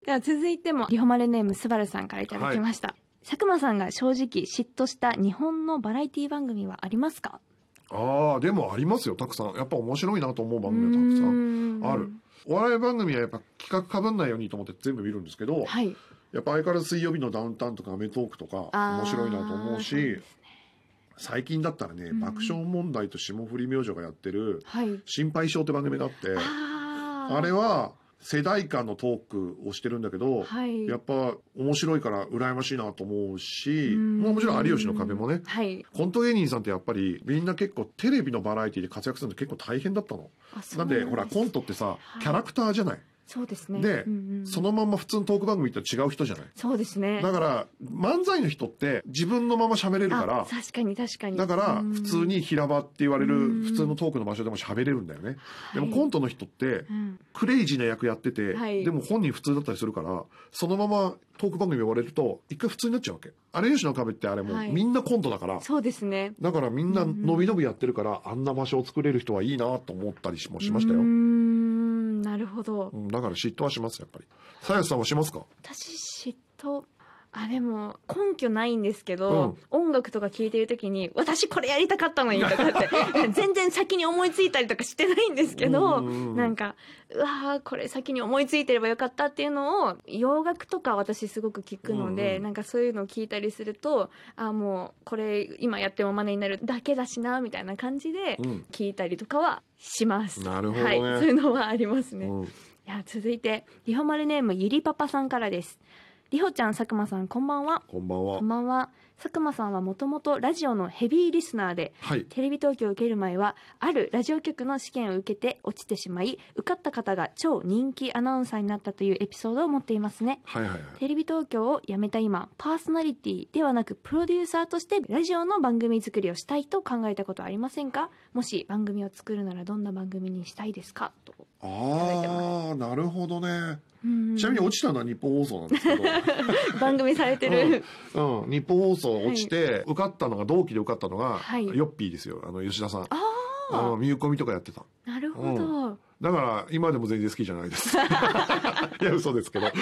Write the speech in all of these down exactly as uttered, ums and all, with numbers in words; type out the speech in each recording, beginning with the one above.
では続いてもリホマルネームスバルさんからいただきました、はい、佐久間さんが正直嫉妬した日本のバラエティ番組はありますか？ ああ、でもありますよ、たくさん。やっぱ面白いなと思う番組はたくさんある。お笑い番組はやっぱ企画かぶんないようにと思って全部見るんですけど、はい、やっぱ相変わらず水曜日のダウンタウンとかアメトーークとか面白いなと思うし、ね、最近だったらね、うん、爆笑問題と霜降り明星がやってる、はい、心配性って番組があって、あ, あれは世代間のトークをしてるんだけど、はい、やっぱ面白いから羨ましいなと思うし、まあもちろん有吉の壁もね、はい、コント芸人さんってやっぱりみんな結構テレビのバラエティで活躍するの結構大変だったの。なんでほらコントってさ、キャラクターじゃない。 そうですね。 で、うんうん、そのまんま普通のトーク番組と違う人じゃない。 そうですね。だから漫才の人って自分のまま喋れるから、 確かに確かに。 だから普通に平場って言われる普通のトークの場所でも喋れるんだよね。でもコントの人ってクレイジーな役やってて、はい、でも本人普通だったりするから、そのままトーク番組呼ばれると一回普通になっちゃうわけ。有吉の壁ってあれもうみんなコントだから、はい、 そうですね。 だからみんな伸び伸びやってるから、あんな場所を作れる人はいいなと思ったりもしましたよ。 うーん、なるほど。 だから嫉妬はしますやっぱり。さやさんはしますか？ 私嫉妬、あでも根拠ないんですけど、うん、音楽とか聴いてる時に私これやりたかったのにとかって全然先に思いついたりとかしてないんですけど、なんかうわーこれ先に思いついてればよかったっていうのを、洋楽とか私すごく聞くので、うんうん、なんかそういうのを聞いたりすると、あもうこれ今やっても真似になるだけだしなみたいな感じで聞いたりとかはします、 うん、なるほどね、 はい、そういうのはありますね、うん、いや続いてリホマルネームゆりパパさんからです。りほちゃん、佐久間さん、こんばんは。 こんばんは。 こんばんは。佐久間さんはもともとラジオのヘビーリスナーで、はい、テレビ東京を受ける前はあるラジオ局の試験を受けて落ちてしまい、受かった方が超人気アナウンサーになったというエピソードを持っていますね、はいはいはい、テレビ東京を辞めた今、パーソナリティではなくプロデューサーとしてラジオの番組作りをしたいと考えたことはありませんか？もし番組を作るならどんな番組にしたいですか？と。 ああ、なるほどね。ちなみに落ちたのは日本放送なんですけど番組されてる、 うんうん、日本放送落ちて、はい、受かったのが同期で受かったのが、はい、ヨッピーですよ、あの吉田さん。ああ、ミューコミとかやってた。 なるほど、うん、 だから今でも全然好きじゃないですいや嘘ですけど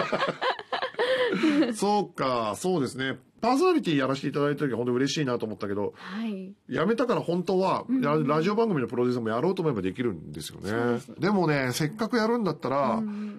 そうか、そうですね。パーソナリティやらせていただいた時は本当に嬉しいなと思ったけど、はい、やめたから本当は、うん、ラジオ番組のプロデューサーもやろうと思えばできるんですよね。で, すでもね、せっかくやるんだったら、うん、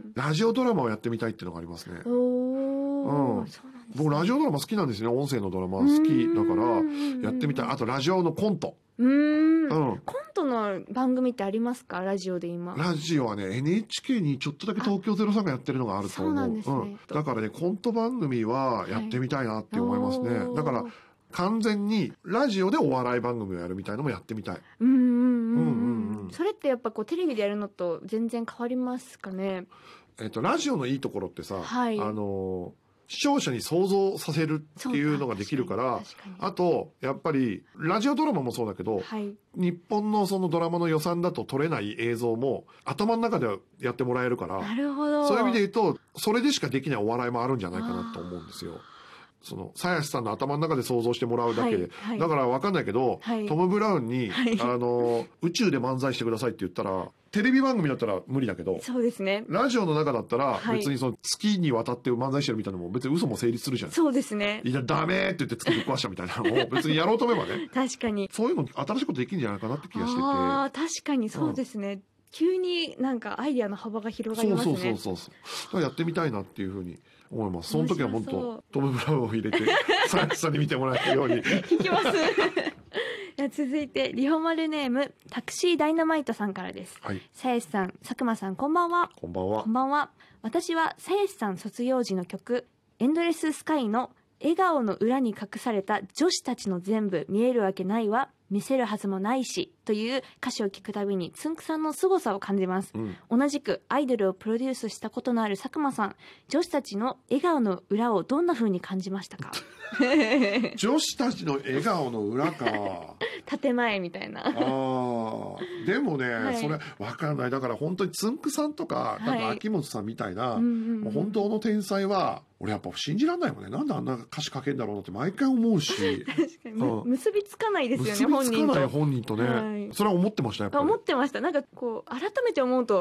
ラジオドラマをやってみたいっていうのがありますね。おー、うん、そうなんですね。僕ラジオドラマ好きなんですね。音声のドラマ好きだからやってみたい。あとラジオのコント。うーん、うん、 コントの番組ってありますか？ラジオで今。 ラジオはね エヌエイチケー にちょっとだけ東京ゼロさんがやってるのがあると思う。そうなんですね、うん、だからねコント番組はやってみたいなって思いますね、はい、だから完全にラジオでお笑い番組をやるみたいのもやってみたい。 うんうんうん、うんうん、それってやっぱこうテレビでやるのと全然変わりますかね？ えっとラジオのいいところってさ、はい、あの視聴者に想像させるっていうのができるから、あとやっぱりラジオドラマもそうだけど、はい、日本のそのドラマの予算だと撮れない映像も頭の中でやってもらえるから、 なるほど、 そういう意味で言うとそれでしかできないお笑いもあるんじゃないかなと思うんですよ。その鞘師さんの頭の中で想像してもらうだけで、はいはい、だから分かんないけど、はい、トム・ブラウンに、はい、あの宇宙で漫才してくださいって言ったらテレビ番組だったら無理だけど、 そうですね、 ラジオの中だったら別にその月にわたって漫才してるみたいなのも別に嘘も成立するじゃん。 そうですね。 いやダメって言って月ぶっ壊したみたいなのを別にやろうと思えばね確かにそういうの新しいことできるんじゃないかなって気がしてて。 あ確かにそうですね、うん、急になんかアイディアの幅が広がりますね。 そうそうそうそうやってみたいなっていうふうに思います。その時は本当トム・ブラウンを入れて鞘師さんに見てもらえるように聞きます続いてリホマルネームタクシーダイナマイトさんからです。鞘師さん、佐久間さん、こんばんは。 こんばんは。 こんばんは。私は鞘師さん卒業時の曲エンドレススカイの笑顔の裏に隠された女子たちの全部見えるわけないわ、見せるはずもないしという歌詞を聞くたびにつんくさんの凄さを感じます、うん、同じくアイドルをプロデュースしたことのある佐久間さん、女子たちの笑顔の裏をどんな風に感じましたか女子たちの笑顔の裏か建前みたいな。あでもね、はい、それ分かんない。だから本当につんくさんとか、なんか秋元さんみたいな、はい、もう本当の天才は俺やっぱ信じらんないもんね。なんであんな歌詞書けんだろうなって毎回思うし確かに、うん、結びつかないですよね。 結びつかない本人とね、はい、それは思ってました。やっぱり思ってました。なんかこう改めて思うと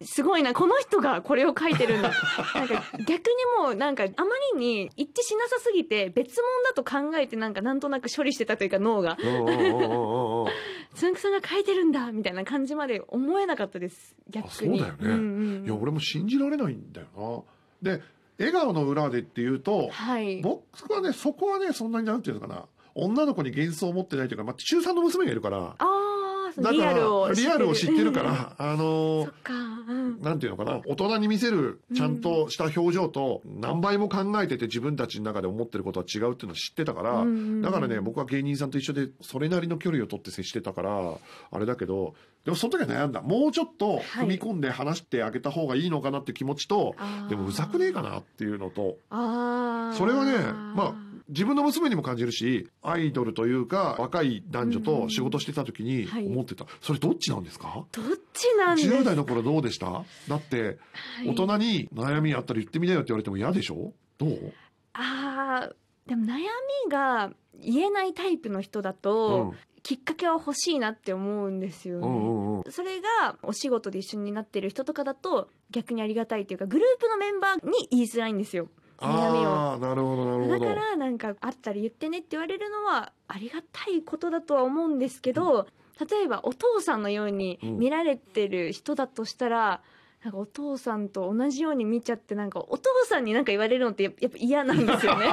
すごいなこの人がこれを書いてるんだなんか逆にもうなんかあまりに一致しなさすぎて別物だと考えてなんかなんとなく処理してたというか脳がつんくさんが書いてるんだみたいな感じまで思えなかったです逆に。 そうだよね、うんうん、いや俺も信じられないんだよな。で笑顔の裏でっていうと、はい、僕はねそこはねそんなになんていうのかな女の子に幻想を持ってないというか、まあ、中さんの娘がいるからあだからリアルをリアルを知ってるからあのそっか、うん、 なんていうのかな大人に見せるちゃんとした表情と何倍も考えてて自分たちの中で思ってることは違うっていうのを知ってたから、うん、だからね僕は芸人さんと一緒でそれなりの距離を取って接してたからあれだけどでもその時は悩んだもうちょっと踏み込んで話してあげた方がいいのかなって気持ちと、はい、でもうざくねえかなっていうのとあそれはねまあ自分の娘にも感じるしアイドルというか若い男女と仕事してた時に思ってた、うんはい、それどっちなんですか？ どっちなんですか？ じゅう代の頃どうでした？だって大人に悩みあったら言ってみなよって言われても嫌でしょ？どう？ あーでも悩みが言えないタイプの人だと、うん、きっかけは欲しいなって思うんですよね、うんうんうん、それがお仕事で一緒になってる人とかだと逆にありがたいっていうかグループのメンバーに言いづらいんですよ悩みを。 あーなるほどなるほど。 だからなんかあったら言ってねって言われるのはありがたいことだとは思うんですけど、うん、例えばお父さんのように見られてる人だとしたら、うん、なんかお父さんと同じように見ちゃってなんかお父さんになんか言われるのってやっぱ嫌なんですよね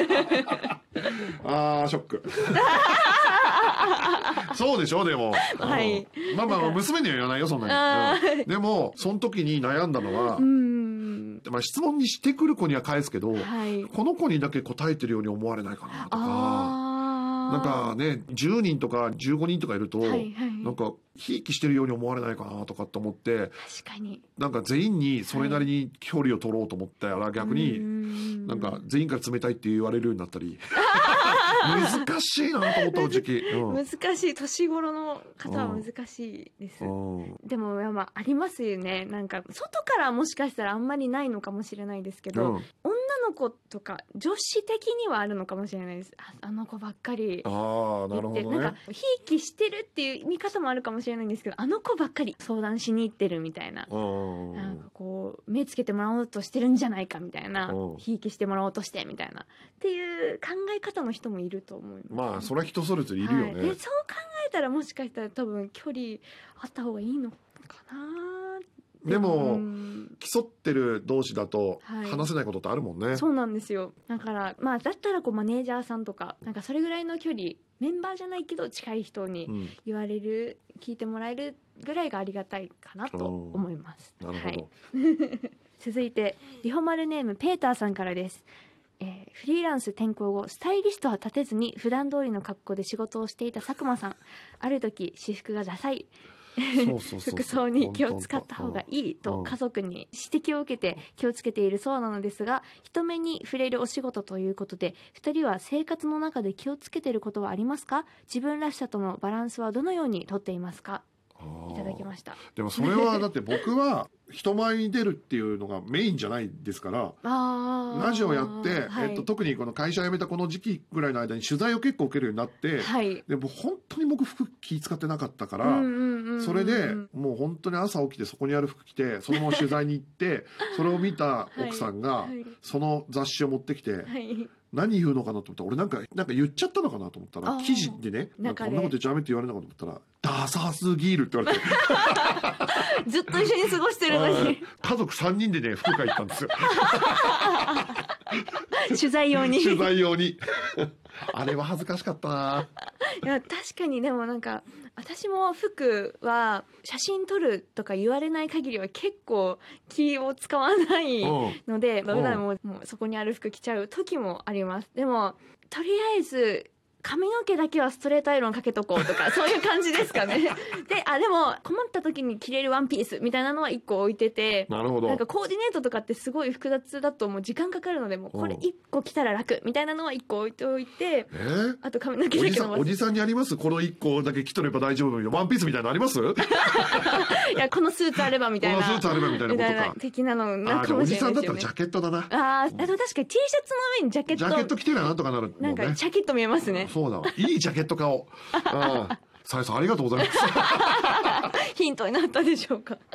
あーショックそうでしょでも、はい、まあまあ娘には言わないよそんなに、うん、でもその時に悩んだのは、うんまあ、質問にしてくる子には返すけど、はい、この子にだけ答えてるように思われないかなとかなんかねじゅうにんとかじゅうごにんとかいると、はいはい、なんかひいきしてるように思われないかなとかって思って確かになんか全員にそれなりに距離を取ろうと思ったら逆になんか全員から冷たいって言われるようになったり難しいなと思った時期、うん、 難しい年頃の方は難しいです、うん、でもまあありますよねなんか外からもしかしたらあんまりないのかもしれないですけど、うん、女の子とか女子的にはあるのかもしれないです あ, あの子ばっかりあーなるほどねなんかひいきしてるっていう見方もあるかもしれないんですけどあの子ばっかり相談しに行ってるみたいななんかこう目つけてもらおうとしてるんじゃないかみたいなひいきしてもらおうとしてみたいなっていう考え方の人もいると思います、ね、 まあそれは人それぞれいるよね、はい、 でそう考えたらもしかしたら多分距離あった方がいいのかなでも、うん、競ってる同士だと話せないことってあるもんね、はい、 そうなんですよだからまあだったらこうマネージャーさんとかなんかそれぐらいの距離メンバーじゃないけど近い人に言われる、うん、聞いてもらえるぐらいがありがたいかなと思います、 なるほど、はい、 続いてリホマルネームペーターさんからです。えー、フリーランス転校後スタイリストは立てずに普段通りの格好で仕事をしていた佐久間さんある時私服がダサい服装に気を使った方がいいと家族に指摘を受けて気をつけているそうなのですが人目に触れるお仕事ということでふたりは生活の中で気をつけていることはありますか？自分らしさとのバランスはどのようにとっていますか？いただきました。 でもそれはだって僕は人前に出るっていうのがメインじゃないですからラジオやって、はいえっと、特にこの会社辞めたこの時期ぐらいの間に取材を結構受けるようになって、はい、でも本当に僕服気使ってなかったから、うんうんうんうん、それでもう本当に朝起きてそこにある服着てそのまま取材に行ってそれを見た奥さんが、はいはい、その雑誌を持ってきて、はい何言うのかなと思ったら俺なんかなんか言っちゃったのかなと思ったら記事でねなんかこんなこと言っちゃダメって言われるのかと思ったらダサすぎるって言われてずっと一緒に過ごしてるのに家族さんにんでね福岡行ったんですよ取材用に取材用にあれは恥ずかしかったないや確かにでもなんか私も服は写真撮るとか言われない限りは結構気を使わないので普段ももうそこにある服着ちゃう時もあります。でもとりあえず髪の毛だけはストレートアイロンかけとこうとかそういう感じですかねであでも困った時に着れるワンピースみたいなのはいっこ置いててなるほどなんかコーディネートとかってすごい複雑だともう時間かかるのでもうこれいっこ着たら楽みたいなのはいっこ置いておいて、えー、あと髪の毛だけ伸ばすおじさんにありますこのいっこだけ着とれば大丈夫ワンピースみたいなのありますいやこのスーツあればみたいなこのスーツあればみたいなことか的なのなんかもしれないですよね。 おじさんだったらジャケットだなああと確かに T シャツの上にジャケットジャケット着てりゃなんとかなるもん、ね、 なんかシャキッと見えますね。 そうだわいいジャケット買おうさやさんありがとうございますヒントになったでしょうか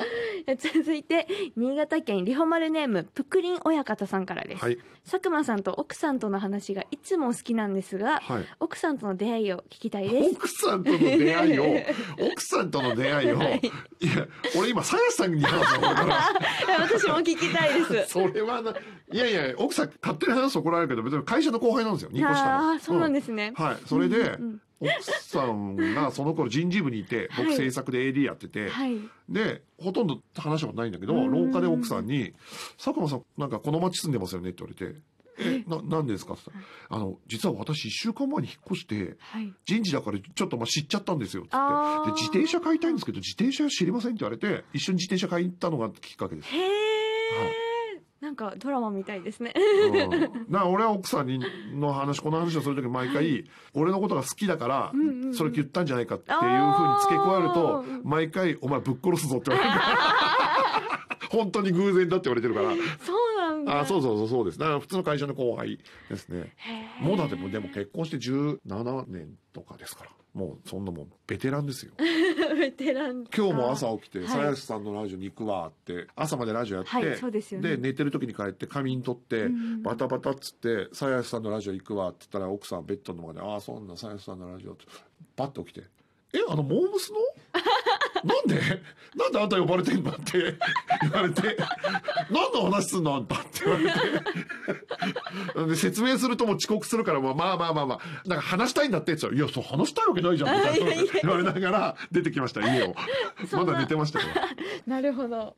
続いて新潟県リホマルネームぷくりん親方さんからです、はい、佐久間さんと奥さんとの話がいつも好きなんですが、はい、奥さんとの出会いを聞きたいです。 奥さんとの出会いを奥さんとの出会いを、はい、いや俺今さやさんに話すの私も聞きたいですそれはないやいや奥さん勝手に話す怒られるけど別に会社の後輩なんですよにこ下の。 ああそうなんですね、 うん、はいそれで、うんうん奥さんがその頃人事部にいて僕制作で エーディー やってて、はい、でほとんど話したことないんだけど廊下で奥さんに「佐久間さんなんかこの町住んでますよね」って言われて「えななんでですか?」って言ったら「あの実は私いっしゅうかんまえに引っ越して、はい、人事だからちょっとまあ知っちゃったんですよ」って言ってで自転車買いたいんですけど自転車知りませんって言われて一緒に自転車買いに行ったのがきっかけです。 へー、はいなんかドラマみたいですね。 うん、な俺は奥さんにの話この話をする時毎回、はい、俺のことが好きだから、うんうんうん、それ言ったんじゃないかっていうふうに付け加えると毎回お前ぶっ殺すぞって言われるから本当に偶然だって言われてるから。 そうなんだ。 あそうそうそうそうです。だから普通の会社の後輩ですね。もうだってもうでも結婚してじゅうななねんとかですから。もうそんなもんベテランですよベテラン今日も朝起きて「鞘師さんのラジオに行くわ」って朝までラジオやって、はいそうですよね、で寝てる時に帰って仮眠取って、うん、バタバタっつって「鞘師さんのラジオ行くわ」って言ったら奥さんベッドの中で「ああそんな鞘師さんのラジオ」ってパッと起きて「えあのモームスのなんでなんであんた呼ばれてんの?」って言われて「何の話すんのあんた」って言われてで説明するともう遅刻するからまあまあまあまあまあなんか話したいんだってって言ったら「いやそう話したいわけないじゃん」みたいな言われながら出てきました家をまだ寝てましたよなるほど